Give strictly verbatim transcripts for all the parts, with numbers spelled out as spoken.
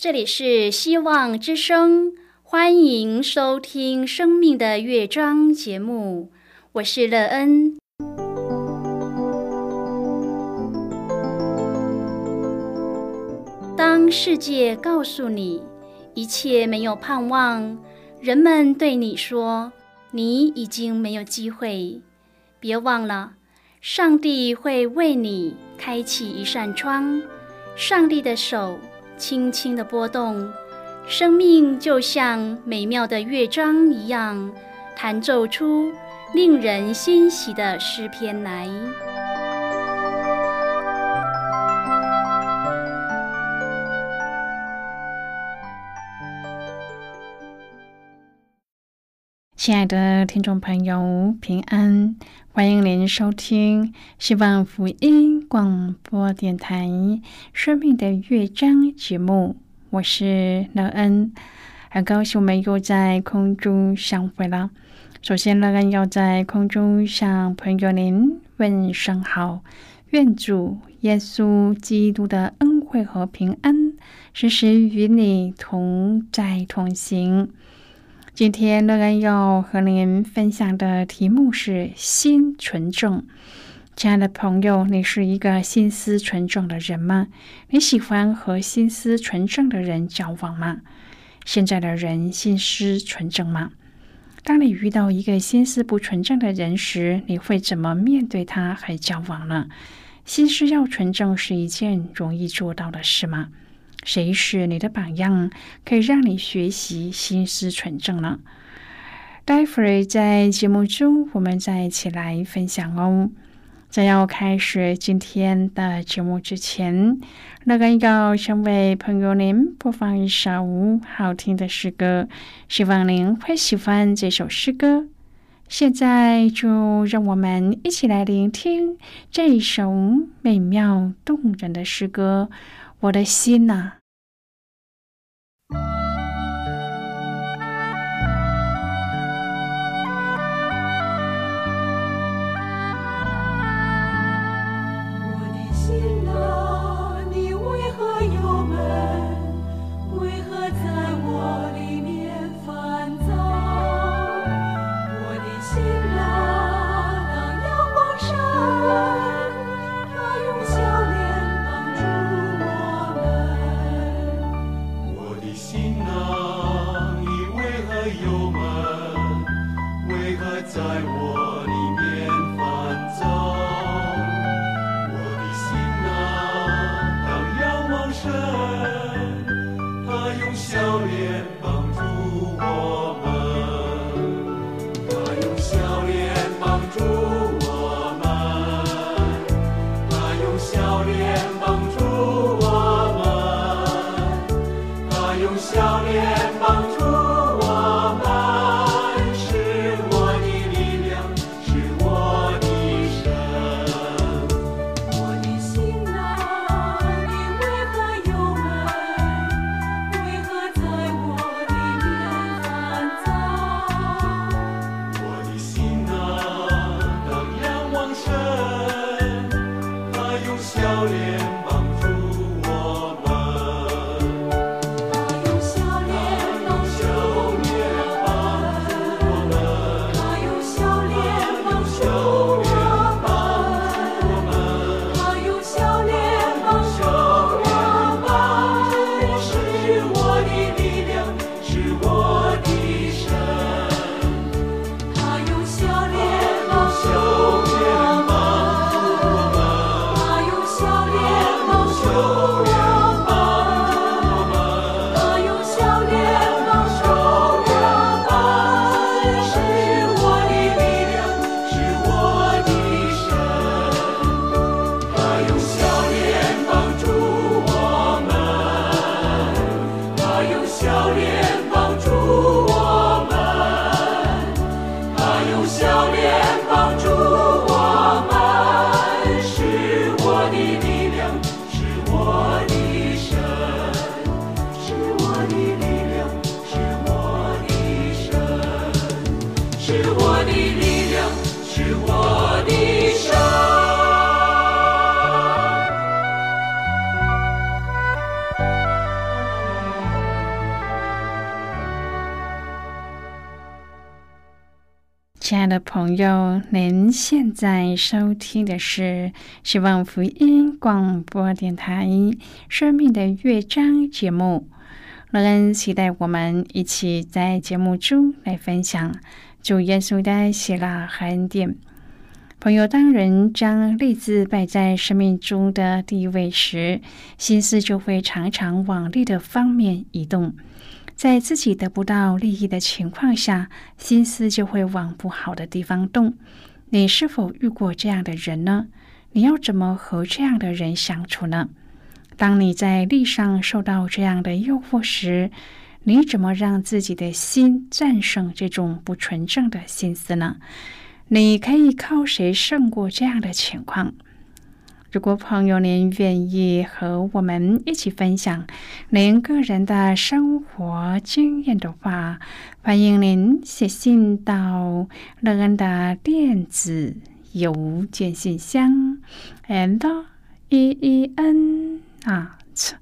这里是希望之声，欢迎收听生命的乐章节目，我是乐恩。当世界告诉你一切没有盼望，人们对你说你已经没有机会，别忘了，上帝会为你开启一扇窗，上帝的手轻轻地拨动，生命就像美妙的乐章一样，弹奏出令人欣喜的诗篇来。 亲爱的听众朋友，平安，欢迎您收听希望福音广播电台生命的乐章节目，我是乐恩，很高兴我们又在空中相会了。首先，乐恩要在空中向朋友您问声好，愿主耶稣基督的恩惠和平安时时与你同在同行。今天乐恩要和您分享的题目是心纯正。亲爱的朋友，你是一个心思纯正的人吗？你喜欢和心思纯正的人交往吗？现在的人心思纯正吗？当你遇到一个心思不纯正的人时，你会怎么面对他和交往呢？心思要纯正是一件容易做到的事吗？谁是你的榜样，可以让你学习心思纯正呢？待会儿在节目中我们再一起来分享哦。在要开始今天的节目之前，乐恩要先为朋友您播放一首好听的诗歌，希望您会喜欢这首诗歌。现在就让我们一起来聆听这一首美妙动人的诗歌，我的心啊。 亲爱的朋友，您现在收听的是希望福音广播电台生命的乐章节目。乐恩期待我们一起在节目中来分享主耶稣的喜乐和恩典。朋友，当人将立志摆在生命中的第一位时，心思就会常常往利的方面移动。在自己得不到利益的情况下，心思就会往不好的地方动。你是否遇过这样的人呢？你要怎么和这样的人相处呢？当你在利上受到这样的诱惑时，你怎么让自己的心战胜这种不纯正的心思呢？你可以靠谁胜过这样的情况？如果朋友您愿意和我们一起分享您个人的生活经验的话，欢迎您写信到乐恩的电子邮件信箱 and e e n at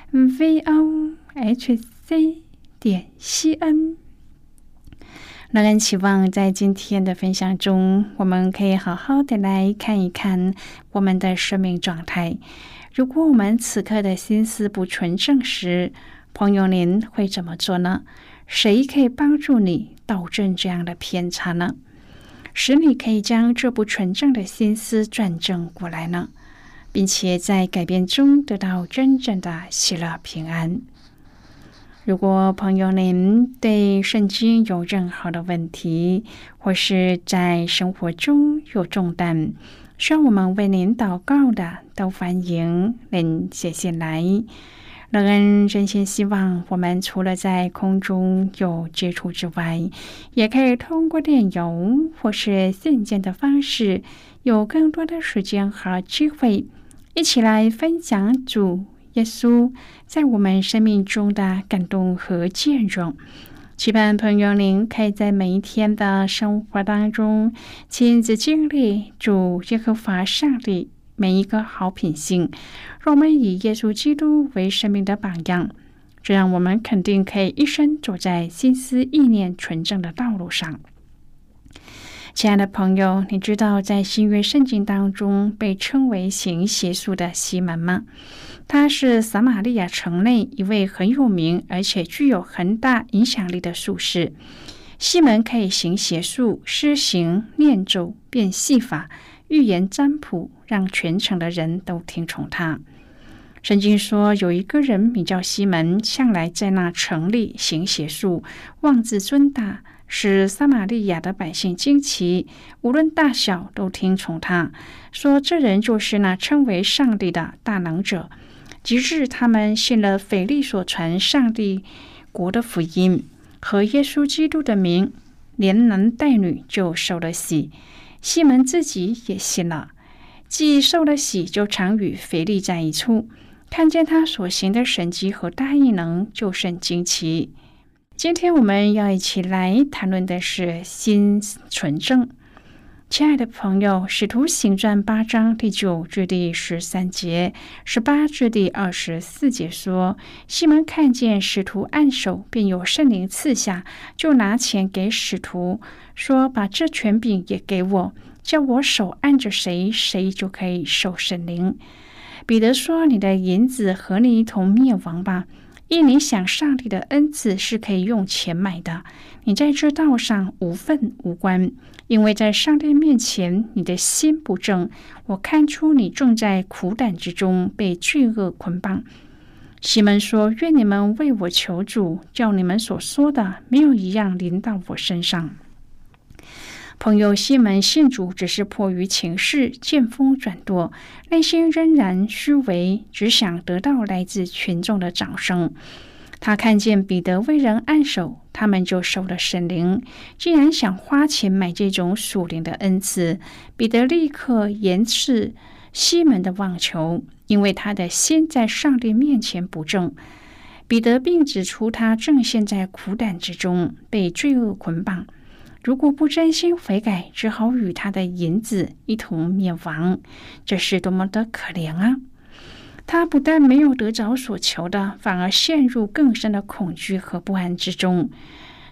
v o h c 点 c n。乐恩期望在今天的分享中，我们可以好好的来看一看我们的生命状态。如果我们此刻的心思不纯正时，朋友您会怎么做呢？谁可以帮助你导正这样的偏差呢？使你可以将这不纯正的心思转正过来呢，并且在改变中得到真正的喜乐平安。如果朋友您对圣经有任何的问题，或是在生活中有重担，需要我们为您祷告的，都欢迎您写信来。乐恩真心希望我们除了在空中有接触之外，也可以通过电邮或是信件的方式，有更多的时间和机会，一起来分享主耶稣在我们生命中的感动和见证。期盼朋友您可以在每一天的生活当中亲自经历主耶和华上帝每一个好品性，让我们以耶稣基督为生命的榜样，这样我们肯定可以一生走在心思意念纯正的道路上。亲爱的朋友，你知道在新约圣经当中被称为行邪术的西门吗？他是撒玛利亚城内一位很有名而且具有很大影响力的术士。西门可以行邪术、施行念咒、变戏法、预言占卜，让全城的人都听从他。圣经说有一个人名叫西门，向来在那城里行邪术，妄自尊大，使撒玛利亚的百姓惊奇，无论大小都听从他，说这人就是那称为上帝的大能者。及至他们信了腓力所传上帝国的福音和耶稣基督的名，连男带女就受了洗。西门自己也信了，既受了洗，就常与腓力在一处，看见他所行的神迹和大异能，就甚惊奇。今天我们要一起来谈论的是心纯正。亲爱的朋友，使徒行传八章第九至第十三节，十八至第二十四节说，西门看见使徒按手，便有圣灵赐下，就拿钱给使徒，说把这权柄也给我，叫我手按着谁，谁就可以受圣灵。彼得说，你的银子和你一同灭亡吧，因你想上帝的恩赐是可以用钱买的，你在这道上无份无关，因为在上帝面前你的心不正，我看出你正在苦胆之中被罪恶捆绑。西门说，愿你们为我求主，叫你们所说的没有一样临到我身上。朋友，西门信主只是迫于情势，见风转舵，内心仍然虚伪，只想得到来自群众的掌声。他看见彼得为人按手，他们就受了圣灵。既然想花钱买这种属灵的恩赐，彼得立刻严斥西门的妄求，因为他的心在上帝面前不正。彼得并指出他正陷在苦胆之中，被罪恶捆绑。如果不真心悔改，只好与他的银子一同灭亡，这是多么的可怜啊！他不但没有得着所求的，反而陷入更深的恐惧和不安之中。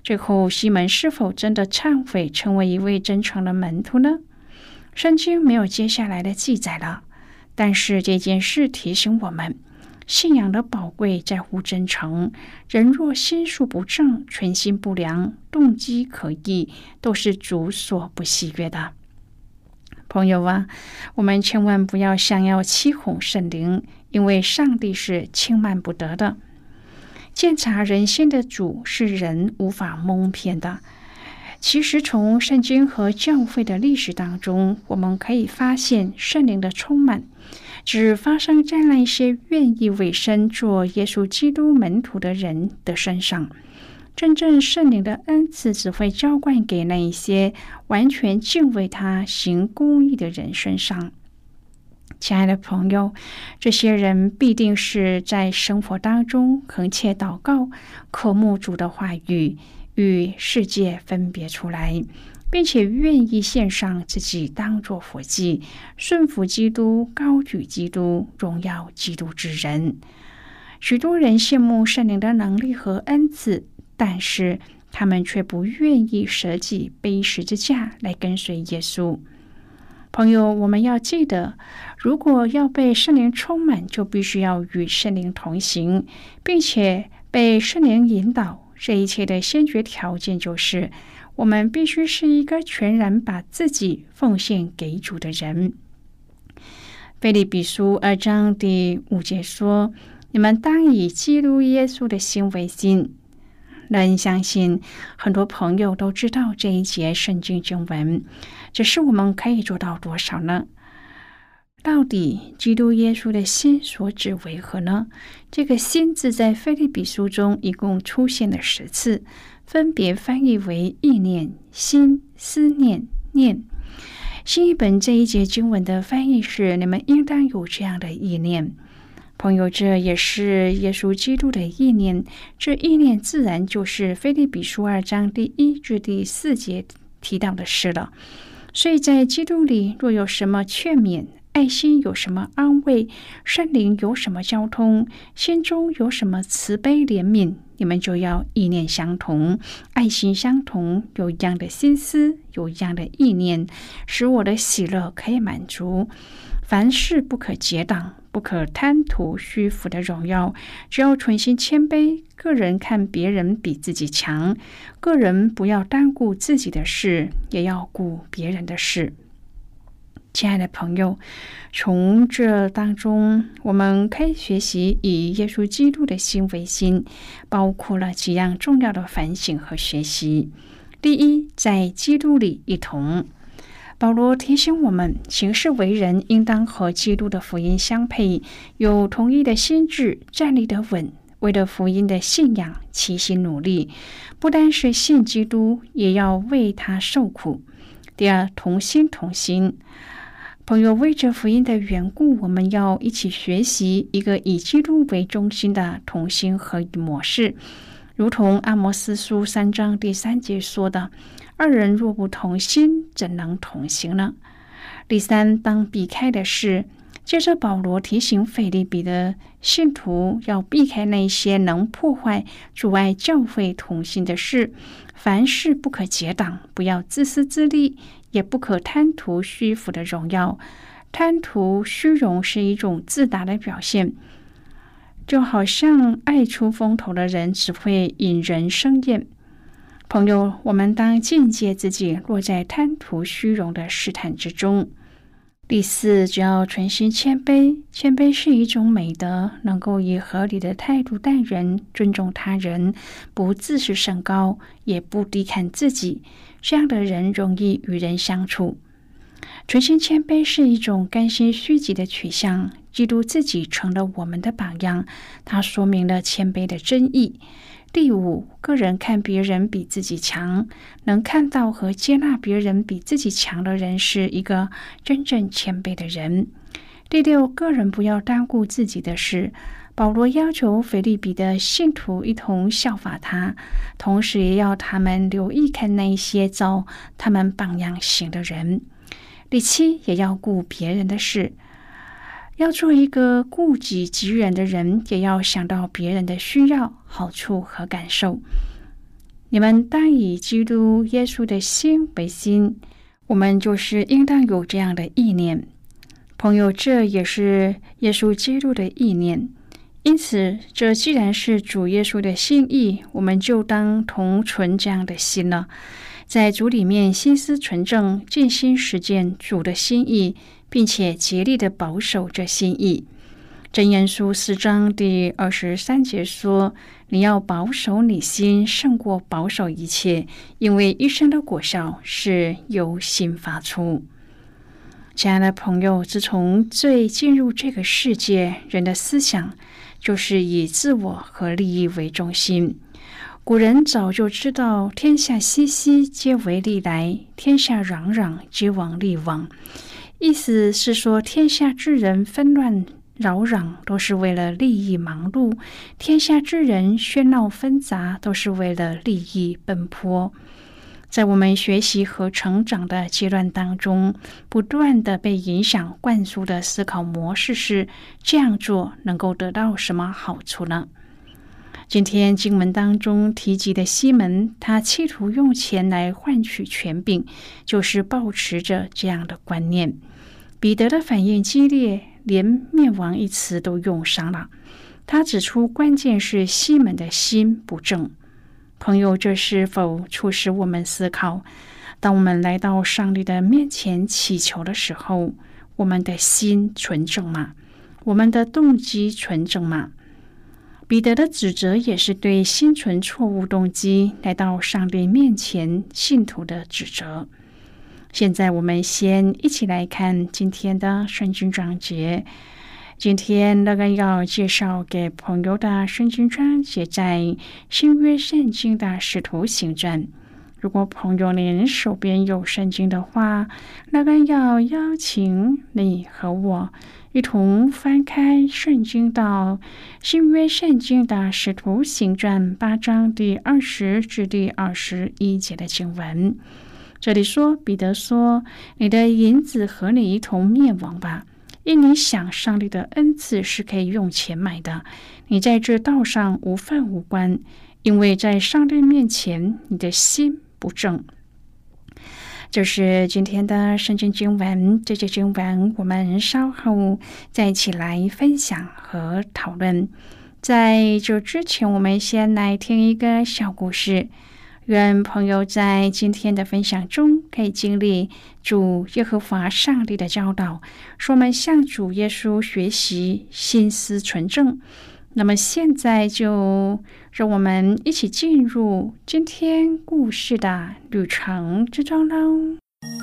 最后西门是否真的忏悔，成为一位真诚的门徒呢？圣经没有接下来的记载了，但是这件事提醒我们，信仰的宝贵在乎真诚。人若心术不正，存心不良，动机可疑，都是主所不喜悦的。朋友啊，我们千万不要想要欺哄圣灵，因为上帝是轻慢不得的。鉴察人心的主是人无法蒙骗的。其实从圣经和教会的历史当中，我们可以发现圣灵的充满只发生在那些愿意委身做耶稣基督门徒的人的身上。真正圣灵的恩赐只会浇灌给那一些完全敬畏他、行公义的人身上。亲爱的朋友，这些人必定是在生活当中恳切祷告，渴慕主的话语，与世界分别出来，并且愿意献上自己当作活祭，顺服基督，高举基督，荣耀基督之人。许多人羡慕圣灵的能力和恩赐，但是他们却不愿意舍己背十字架来跟随耶稣。朋友，我们要记得，如果要被圣灵充满，就必须要与圣灵同行，并且被圣灵引导。这一切的先决条件就是，我们必须是一个全然把自己奉献给主的人。腓立比书二章第五节说：“你们当以基督耶稣的心为心。”人相信很多朋友都知道这一节圣经经文，只是我们可以做到多少呢？到底基督耶稣的心所指为何呢？这个心字在腓立比书中一共出现了十次，分别翻译为意念、心、思念、念。新译本这一节经文的翻译是：你们应当有这样的意念。朋友，这也是耶稣基督的意念，这意念自然就是腓立比书二章第一至第四节提到的事了。所以在基督里，若有什么劝勉，爱心有什么安慰，圣灵有什么交通，心中有什么慈悲怜悯，你们就要意念相同，爱心相同，有一样的心思，有一样的意念，使我的喜乐可以满足。凡事不可结党，不可贪图虚浮的荣耀，只要存心谦卑，个人看别人比自己强，个人不要单顾自己的事，也要顾别人的事。亲爱的朋友，从这当中我们可以学习以耶稣基督的心为心，包括了几样重要的反省和学习。第一，在基督里一同。保罗提醒我们，行事为人应当和基督的福音相配，有同一的心志，站立得稳，为了福音的信仰齐心努力，不单是信基督，也要为他受苦。第二，同心同心。朋友，为着福音的缘故，我们要一起学习一个以基督为中心的同心合一模式，如同阿摩司书三章第三节说的：二人若不同心，怎能同行呢？第三，当避开的是，接着保罗提醒腓立比的信徒要避开那些能破坏、阻碍教会同心的事，凡事不可结党，不要自私自利，也不可贪图虚浮的荣耀。贪图虚荣是一种自大的表现，就好像爱出风头的人只会引人生厌。朋友，我们当禁戒自己落在贪图虚荣的试探之中。第四，只要存心谦卑。谦卑是一种美德，能够以合理的态度待人，尊重他人，不自视甚高，也不低看自己。这样的人容易与人相处。存心谦卑是一种甘心虚己的取向，基督自己成了我们的榜样，他说明了谦卑的真意。第五，个人看别人比自己强，能看到和接纳别人比自己强的人是一个真正谦卑的人。第六，个人不要单顾自己的事。保罗要求腓立比的信徒一同效法他，同时也要他们留意看那些照他们榜样行的人。第七，也要顾别人的事。要做一个顾己及人的人，也要想到别人的需要、好处和感受。 你们当以基督耶稣的心为心。我们就是应当有这样的意念。朋友，这也是耶稣基督的意念。因此，这既然是主耶稣的心意，我们就当同存这样的心了，在主里面心思纯正，尽心实践主的心意，并且竭力的保守这心意。箴言书四章第二十三节说，你要保守你心，胜过保守一切，因为一生的果效是由心发出。亲爱的朋友，自从罪进入这个世界，人的思想就是以自我和利益为中心。古人早就知道，天下熙熙，皆为利来；天下攘攘，皆往利往。意思是说，天下之人纷乱扰攘，都是为了利益忙碌；天下之人喧闹纷杂，都是为了利益奔波。在我们学习和成长的阶段当中，不断的被影响灌输的思考模式是：这样做能够得到什么好处呢？今天经文当中提及的西门，他企图用钱来换取权柄，就是抱持着这样的观念。彼得的反应激烈，连灭亡一词都用上了。他指出，关键是西门的心不正。朋友，这是否促使我们思考，当我们来到上帝的面前祈求的时候，我们的心纯正吗？我们的动机纯正吗？彼得的指责也是对心存错误动机来到上帝面前信徒的指责。现在我们先一起来看今天的圣经章节。今天那个要介绍给朋友的圣经章节在新约圣经的使徒行传。如果朋友您手边有圣经的话，那个要邀请你和我一同翻开圣经到新约圣经的使徒行传八章第二十至第二十一节的经文。这里说，彼得说，你的银子和你一同灭亡吧，因你想上帝的恩赐是可以用钱买的，你在这道上无份无关，因为在上帝面前你的心不正。这是今天的圣经经文，这节经文我们稍后再一起来分享和讨论。在这之前，我们先来听一个小故事。愿朋友在今天的分享中可以经历主耶和华上帝的教导，使我们向主耶稣学习，心思纯正。那么现在就让我们一起进入今天故事的旅程之中喽。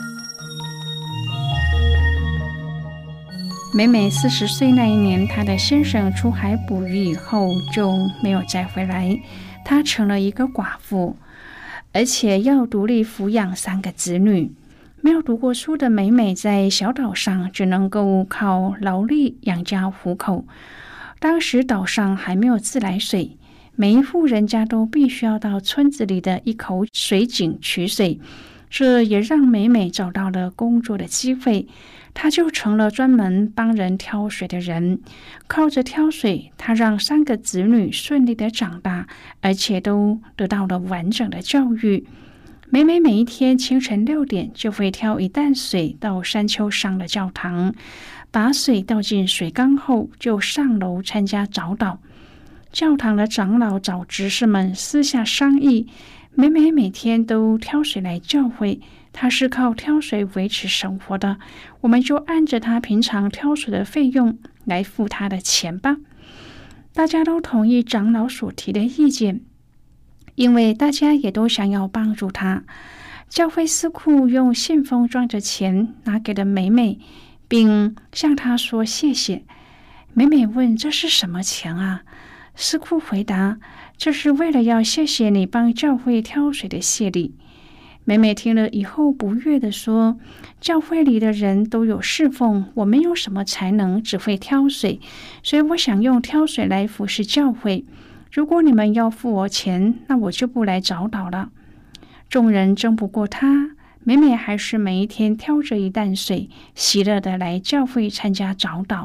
美美四十岁那一年，她的先生出海捕鱼以后就没有再回来，她成了一个寡妇，而且要独立抚养三个子女。没有读过书的美美在小岛上只能够靠劳力养家糊口。当时岛上还没有自来水，每一户人家都必须要到村子里的一口水井取水。这也让美美找到了工作的机会，她就成了专门帮人挑水的人。靠着挑水，她让三个子女顺利的长大，而且都得到了完整的教育。美美每一天清晨六点就会挑一担水到山丘上的教堂，把水倒进水缸后就上楼参加早祷。教堂的长老找执事们私下商议，美美每天都挑水来教会，她是靠挑水维持生活的，我们就按着她平常挑水的费用来付她的钱吧。大家都同意长老所提的意见，因为大家也都想要帮助她。教会司库用信封装着钱拿给了美美，并向她说谢谢。美美问，这是什么钱啊？司库回答，这是为了要谢谢你帮教会挑水的谢礼。美美听了以后不悦地说，教会里的人都有侍奉，我没有什么才能，只会挑水，所以我想用挑水来服侍教会。如果你们要付我钱，那我就不来早祷了。众人争不过她，美美还是每一天挑着一担水，喜乐地来教会参加早祷。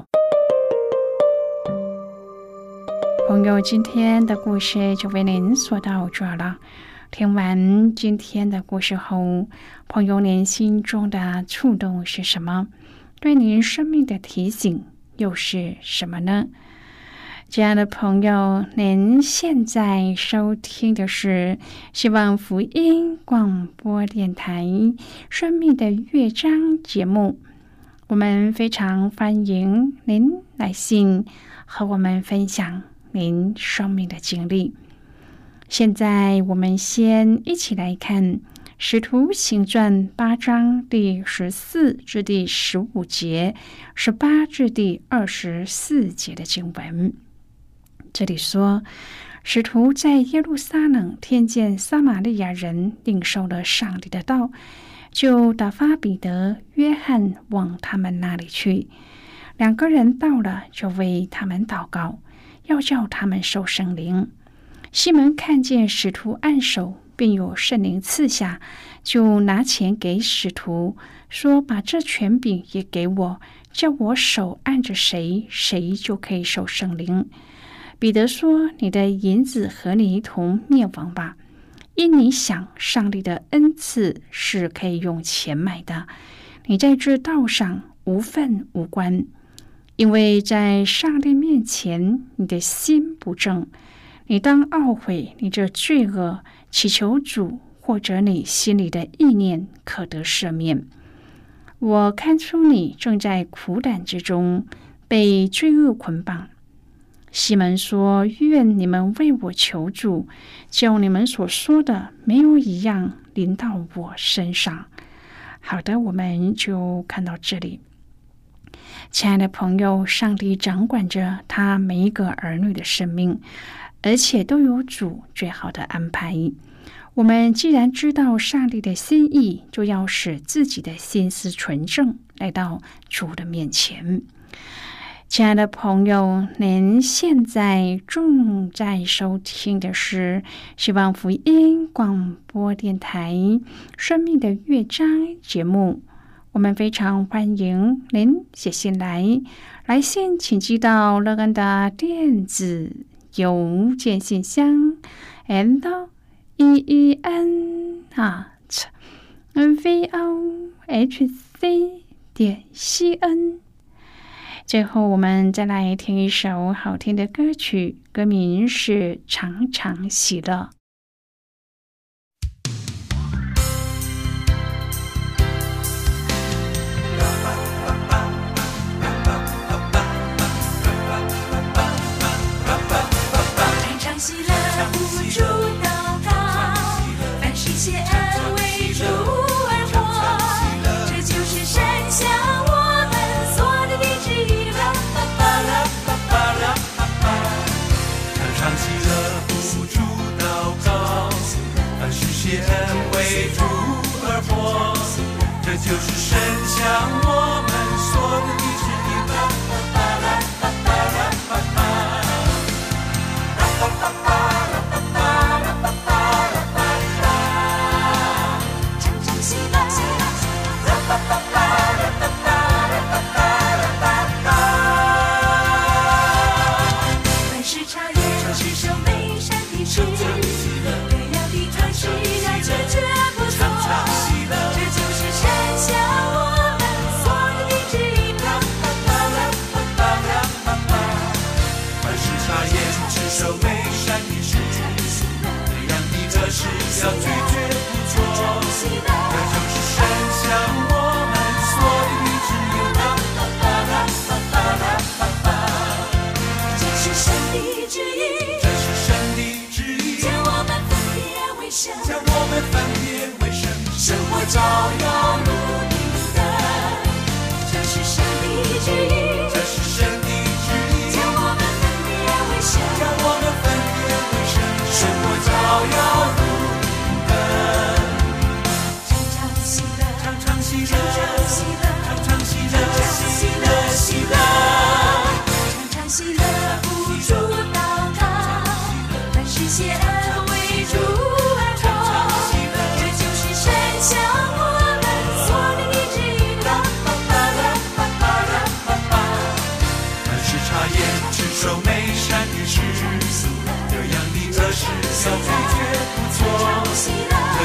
朋友，今天的故事就为您说到这了。 听完今天的故事后，朋友您心中的触动是什么？对您生命的提醒又是什么呢？亲爱的朋友，您现在收听的是希望福音广播电台生命的乐章节目。我们非常欢迎您来信和我们分享您生命的经历。现在我们先一起来看《使徒行传》八章第十四至第十五节，十八至第二十四节的经文。这里说，使徒在耶路撒冷听见撒玛利亚人领受了上帝的道，就打发彼得、约翰往他们那里去。两个人到了，就为他们祷告，要叫他们受圣灵。西门看见使徒按手，并有圣灵赐下，就拿钱给使徒，说：“把这权柄也给我，叫我手按着谁，谁就可以受圣灵。”彼得说：“你的银子和你一同灭亡吧，因你想上帝的恩赐是可以用钱买的，你在这道上无份无关，因为在上帝面前你的心不正，你当懊悔你这罪恶，祈求主，或者你心里的意念可得赦免。我看出你正在苦胆之中，被罪恶捆绑。”西门说：“愿你们为我求主，叫你们所说的没有一样临到我身上。”好的，我们就看到这里。亲爱的朋友，上帝掌管着他每一个儿女的生命，而且都有主最好的安排。我们既然知道上帝的心意，就要使自己的心思纯正，来到主的面前。亲爱的朋友，您现在正在收听的是希望福音广播电台生命的乐章节目。我们非常欢迎您写信来，来信请寄到乐恩的电子邮件信箱 l e e n at v o h c 点 c n。最后，我们再来听一首好听的歌曲，歌名是《常常喜乐》。 常常喜乐，无主祷告，凡事谢恩为主而活，这就是神向我们所的的旨意。 常喜乐，不住祷告，凡事谢恩为主而活，这就是神向我们所的的旨意。常常喜乐，凡事查验，持守美善的事，各样的传奇那拒绝不错，这就是神向我们所有的旨意。凡事查验，持守美善的事，各样的得失要拒绝不错，这就是神向我们所有的旨意。 这是神的旨意， 这是神的旨意， 将我们分别为圣， 将我们分别为圣， 生活照耀如明灯。这是神的旨意， 这是神的旨意， 将我们分别为圣， 将我们分别为圣，生活照耀如明灯。 常常喜乐， 常常喜乐， 常常喜乐， 常常喜乐， 喜乐喜乐，常常喜乐，不住祷告，凡事谢恩为主而活，这就是神向我们所的的旨意。 凡事查验，持守美善的事，这样的得失要拒绝不错，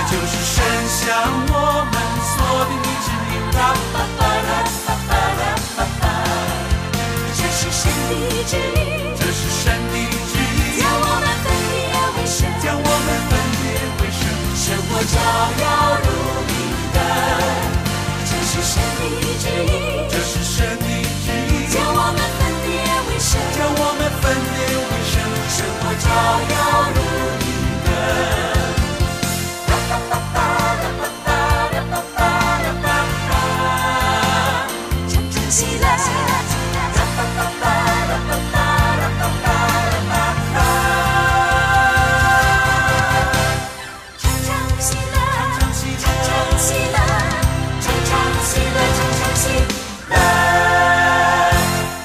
就是神向我们所定的旨意。啦吧吧啦吧吧啦吧吧， 这是神的旨意， 这是神的旨意， 将我们分别为圣， 将我们分别为圣， 生活照耀如明灯。这是神的旨意， 这是神的旨意， 将我们分别为圣， 将我们分别为圣， 生活照耀如明灯。常常喜乐，常常喜乐，常常喜乐，常常喜乐，常常喜乐。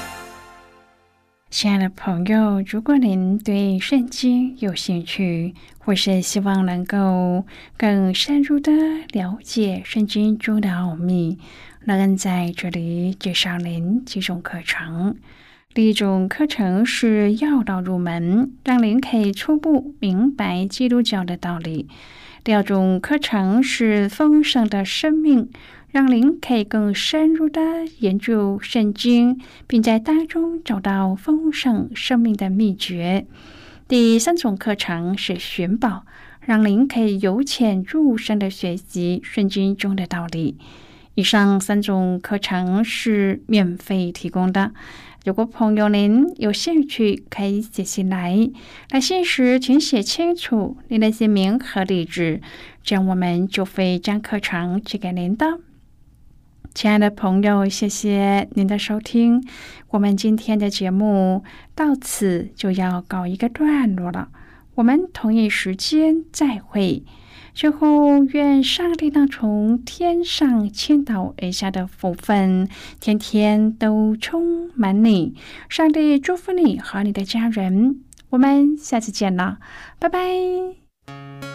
亲爱的朋友，如果您对圣经有兴趣，或是希望能够更深入的了解圣经中的奥秘，乐恩在这里介绍您几种课程。第一种课程是要道入门，让您可以初步明白基督教的道理。第二种课程是丰盛的生命，让您可以更深入的研究圣经，并在当中找到丰盛生命的秘诀。第三种课程是寻宝，让您可以由浅入深的学习圣经中的道理。以上三种课程是免费提供的，如果朋友您有兴趣，可以写信来。来信时请写清楚您的姓名和地址，这样我们就会将课程寄给您的。亲爱的朋友，谢谢您的收听，我们今天的节目到此就要告一个段落了，我们同一时间再会。最后，愿上帝那从天上倾倒而下的福分，天天都充满你。上帝祝福你和你的家人，我们下次见了，拜拜。